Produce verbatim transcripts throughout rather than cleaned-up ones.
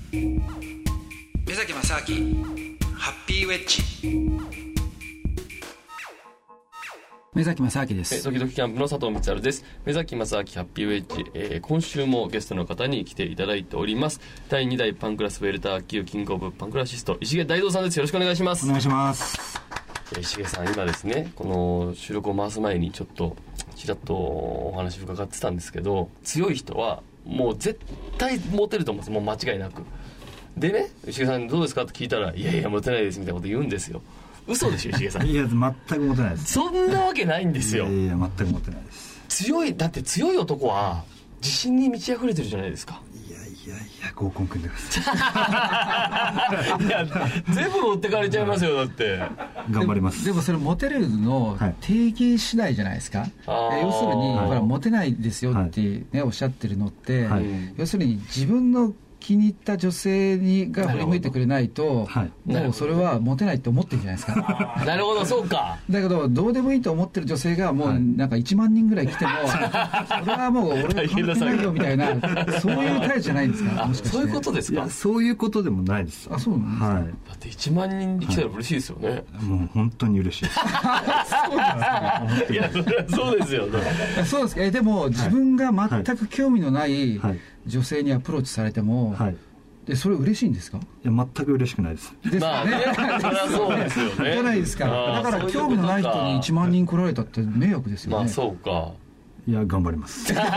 目崎正明ハッピーウェッジ。目崎正明です。 ドキドキキャンプの佐藤光晴です。目崎正明ハッピーウェッジ、えー、今週もゲストの方に来ていただいております。だいにだいパンクラスウェルター級キングオブパンクラシスト石毛大道さんです。よろしくお願いします。 お願いします。 石毛さん、今ですね、この収録を回す前にちょっとちらっとお話伺ってたんですけど、強い人はもう絶対モテると思うんです。もう間違いなく。でね、石毛さんどうですかって聞いたら、いやいやモテないですみたいなこと言うんですよ。嘘でしょ石毛さん。 いや全くモテないです。 そんなわけないんですよ。 いやいや全くモテないです。 強い、だって強い男は自信に満ち溢れてるじゃないですか。 いやいやいや合コン組んでください。 いや全部持ってかれちゃいますよ。だって頑張ります。 でも、でもそれモテるの定義次第じゃないですか、はい、要するに、はい、ほらモテないですよって、ね、はい、おっしゃってるのって、はい、要するに自分の気に入った女性にが振り向いてくれないと、はい、もうそれはモテないって思ってるじゃないですか。 なるほど、そうか。 だけどどうでもいいと思ってる女性がもうなんかいちまんにんぐらい来ても、はい、それはもう俺は関係ないよみたいなそういうタイプじゃないんですか。もしかしてそういうことですか。 いやそういうことでもないです。 あ、そうなんですか、はい、 だっていちまんにん来たら嬉しいですよね、はい、 もう本当に嬉しいです。そうなんですか。 いやそれはそうですよね。 そうですか。えでも自分が全く興味のない女性にアプローチされても、はい、でそれ嬉しいんですか。 いや全く嬉しくないです。 ですよね。まあ、ねそれはそうですよね。じゃないですか。だから興味のない人にいちまんにん来られたって迷惑ですよね。 まあそうか。 いや頑張ります。 頑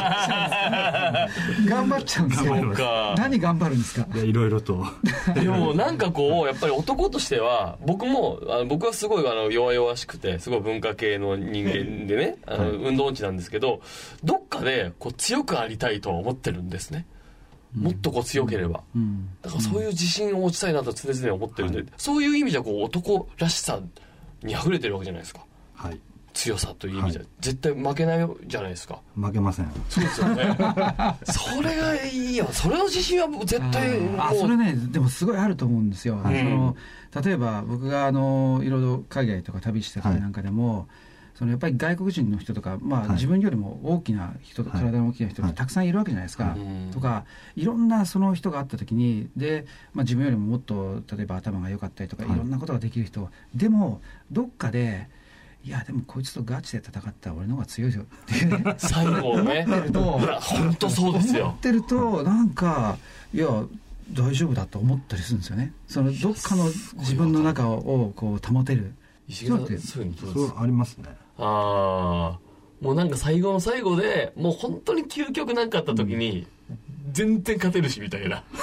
張っちゃうんですよ。 そうか。 何頑張るんですか。 いやいろいろと。 でもなんかこうやっぱり男としては僕もあの僕はすごいあの弱々しくてすごい文化系の人間でね、あの運動音痴なんですけど、どっかでこう強くありたいとは思ってるんですね。もっとこう強ければ、うん、だからそういう自信を持ちたいなと常々思ってるんで、はい、そういう意味じゃこう男らしさに溢れてるわけじゃないですか。はい。強さという意味じゃ、はい、絶対負けないじゃないですか。 負けません。 そうですよね。それがいいよ。それの自信は絶対もう。 あ、それね、でもすごいあると思うんですよ。はい、その例えば僕があのいろいろ海外とか旅してたりなんかでも、はい、そのやっぱり外国人の人とか、まあ、はい、自分よりも大きな人、はい、体の大きな人がたくさんいるわけじゃないですか、はい、とかいろんなその人があった時にで、まあ、自分よりももっと例えば頭が良かったりとか、はい、いろんなことができる人でもどっかでいやでもこいつとガチで戦ったら俺の方が強いよっていうね最後ね思ってると本当そうですよ。 思ってるとなんかいや大丈夫だと思ったりするんですよね。そのどっかの自分の中をこう保てる。 石毛さんそういうのどうですか。 そうありますね。 ああ、もうなんか最後の最後でもう本当に究極なんかあった時に、うん、全然勝てるしみたいな。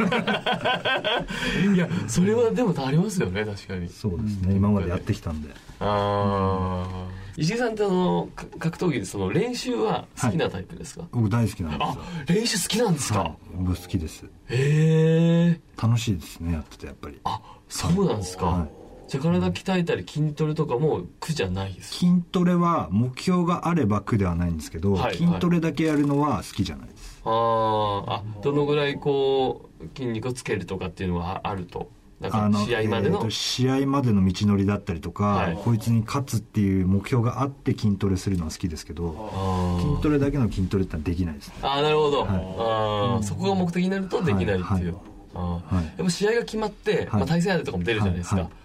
いやそれはでもありますよね。確かにそうですね、うん、今までやってきたんで。 ああ、うん、石毛さんってあの格闘技でその練習は好きなタイプですか。はい、 僕大好きなんですよ。 あ、練習好きなんですか。はい、 僕好きです。 へえ、 楽しいですね、やっててやっぱり。 あ、そうなんですか。はい、じゃあ体鍛えたり筋トレとかも苦じゃないです。 筋トレは目標があれば苦ではないんですけど、はいはい、筋トレだけやるのは好きじゃないです。 ああ、どのぐらいこう筋肉をつけるとかっていうのはあると、なんか試合までの、 えー、試合までの道のりだったりとか、はい、こいつに勝つっていう目標があって筋トレするのは好きですけど、筋トレだけの筋トレってのはできないですね。 ああ、なるほど、はい、あ、そこが目的になるとできないっていう、はいはい、あ、はい、でも試合が決まって、はい、まあ、対戦相手とかも出るじゃないですか、はいはい、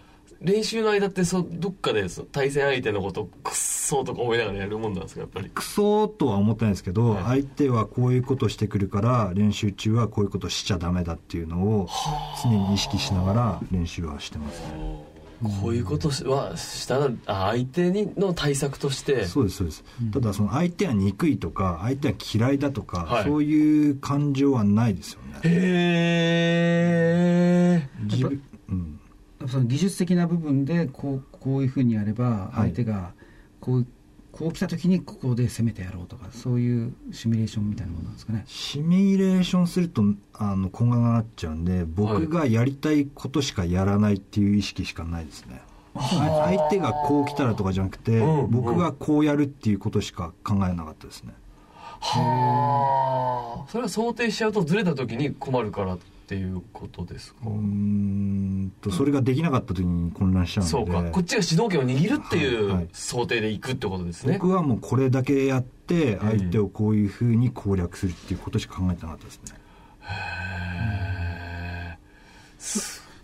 練習の間ってそどっかで対戦相手のことクッソーとか思いながらやるもんなんですか。やっぱりクソーとは思ってないですけど、はい、相手はこういうことしてくるから練習中はこういうことしちゃダメだっていうのを常に意識しながら練習はしてますね。 こういうことはしたら相手にの対策として。 そうですそうです、うん、ただその相手は憎いとか相手は嫌いだとか、はい、そういう感情はないですよね。 へー、 自分、うん、 その技術的な部分でこう、こういうふうにやれば相手がこう、はい、こう来た時にここで攻めてやろうとか、そういうシミュレーションみたいなものなんですかね。 シミュレーションするとあの混乱がなっちゃうんで、僕がやりたいことしかやらないっていう意識しかないですね。はい、相手がこう来たらとかじゃなくて、うんうん、僕がこうやるっていうことしか考えなかったですね。 はあ、それは想定しちゃうとずれた時に困るからっていうことですか。 うーんとそれができなかった時に混乱しちゃうので、 そうか、こっちが主導権を握るっていう想定でいくってことですね。 僕はもうこれだけやって相手をこういうふうに攻略するっていうことしか考えてなかったですね。 へ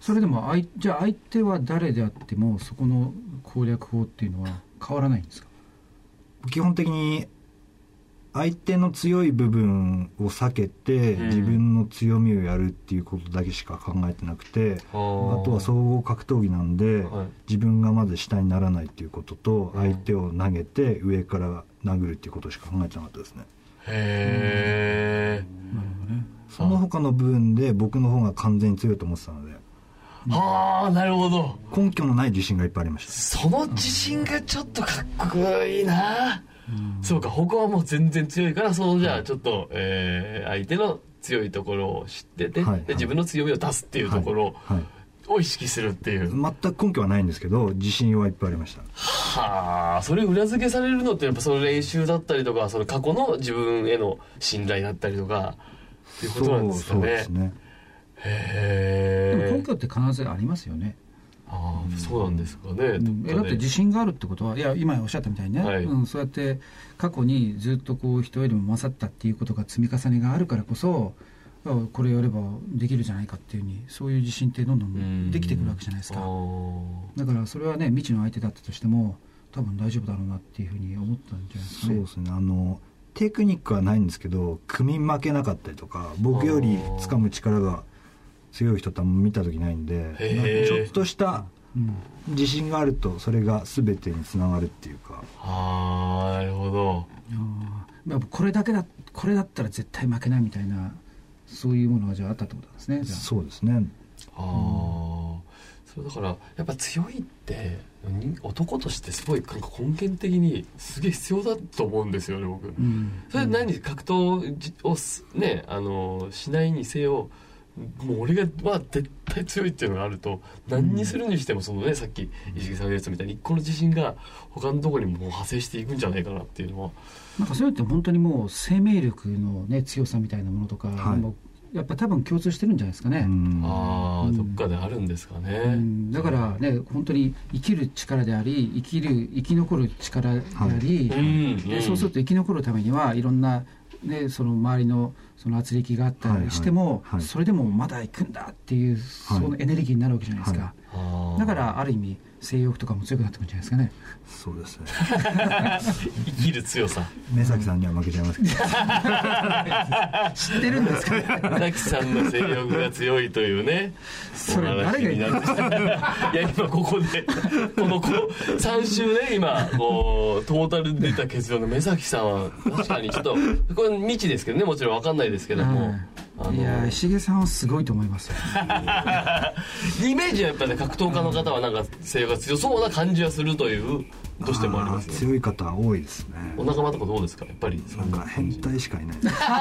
それでも相じゃあ相手は誰であってもそこの攻略法っていうのは変わらないんですか？ 基本的に相手の強い部分を避けて、うん、自分の強みをやるっていうことだけしか考えてなくて、あとは総合格闘技なんで、はい、自分がまず下にならないっていうことと、相手を投げて上から殴るっていうことしか考えてなかったですね。 へー、 なるほどね。 その他の部分で僕の方が完全に強いと思ってたので、 はあ、なるほど。 根拠のない自信がいっぱいありました。 その自信がちょっとかっこいいな。うん、そうか、他はもう全然強いから、そのじゃあちょっと、えー、相手の強いところを知ってて、はいはい、で自分の強みを出すっていうところを意識するっていう、 はいはい、全く根拠はないんですけど自信はいっぱいありました。 はあ、それ裏付けされるのってやっぱその練習だったりとか、その過去の自分への信頼だったりとかっていうことなんですかね。 そうですね。 へえ。 でも根拠って必ずありますよね。 ああ、そうなんですかね。 うん、えだって自信があるってことは、いや今おっしゃったみたいにね、はい、うん、そうやって過去にずっとこう人よりも勝ったっていうことが積み重ねがあるからこそ、これやればできるじゃないかっていうふうに、そういう自信ってどんどんできてくるわけじゃないですか。だからそれはね、未知の相手だったとしても多分大丈夫だろうなっていうふうに思ったんじゃないですかね。 そうですね。あのテクニックはないんですけど、組み負けなかったりとか、僕より掴む力が強い人って見た時ないんで、ちょっとした自信があるとそれが全てにつながるっていうか。 ああ、なるほど。 やっぱこれだけだこれだったら絶対負けないみたいな、そういうものがじゃああったってことですね。じゃあそうですね。 ああ、それだからやっぱ強いって男としてすごいなんか根源的にすげえ必要だと思うんですよね、僕。うん、それ何、うん、格闘をね、あのしないにせよ、もう俺がまあ絶対強いっていうのがあると、何にするにしてもそのね、さっき石木さんが言ったみたいに一個の自信が他のところにも派生していくんじゃないかなっていうのは、 なんかそういうのって本当にもう生命力のね強さみたいなものとか、はい、もやっぱ多分共通してるんじゃないですかね。うん、 ああ、どっかであるんですかね。うん、 だからね、本当に生きる力であり、生きる生き残る力であり、はい、うん、でそうすると生き残るためにはいろんなね、その周りのその圧力があったりしても、はいはいはい、それでもまだ行くんだっていう、そのエネルギーになるわけじゃないですか。はい、だからある意味性欲とかも強くなってくるんじゃないですかね。 そうですね。 生きる強さ。 目崎さんには負けちゃいますけど。 知ってるんですかね。 目崎さんの性欲が強いというね。 それ誰が言ってた。 いや今ここでこのこうさん週ね、今こうトータルで出た結論の目崎さんは確かにちょっとこれ未知ですけどね、もちろん分かんないですけども。 あのいや石毛さんはすごいと思いますよ。 イメージはやっぱり、ね、格闘家の方はなんか性欲が強そうな感じはするというどうしてもありますよね。 強い方多いですね。 お仲間とかどうですか、やっぱり。 なんか変態しかいない。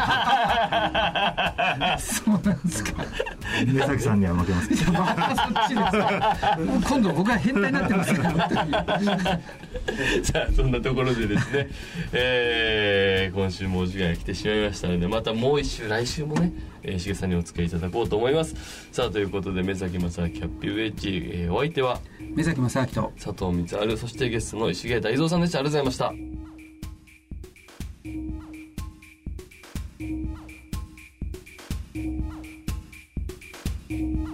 そうなんですか。 目崎さんには負けますけど。 まあ、そっちですか。今度僕は変態になってますから本当に。 さあそんなところでですね、えー、今週もお時間が来てしまいましたので、またもう一週来週もね、えー、しげさんにお付き合いいただこうと思います。さあということで、目崎正明キャッピーウェッジ、えー、お相手は目崎正明と佐藤光晴、そしてゲストの石毛大蔵さんでした。ありがとうございました。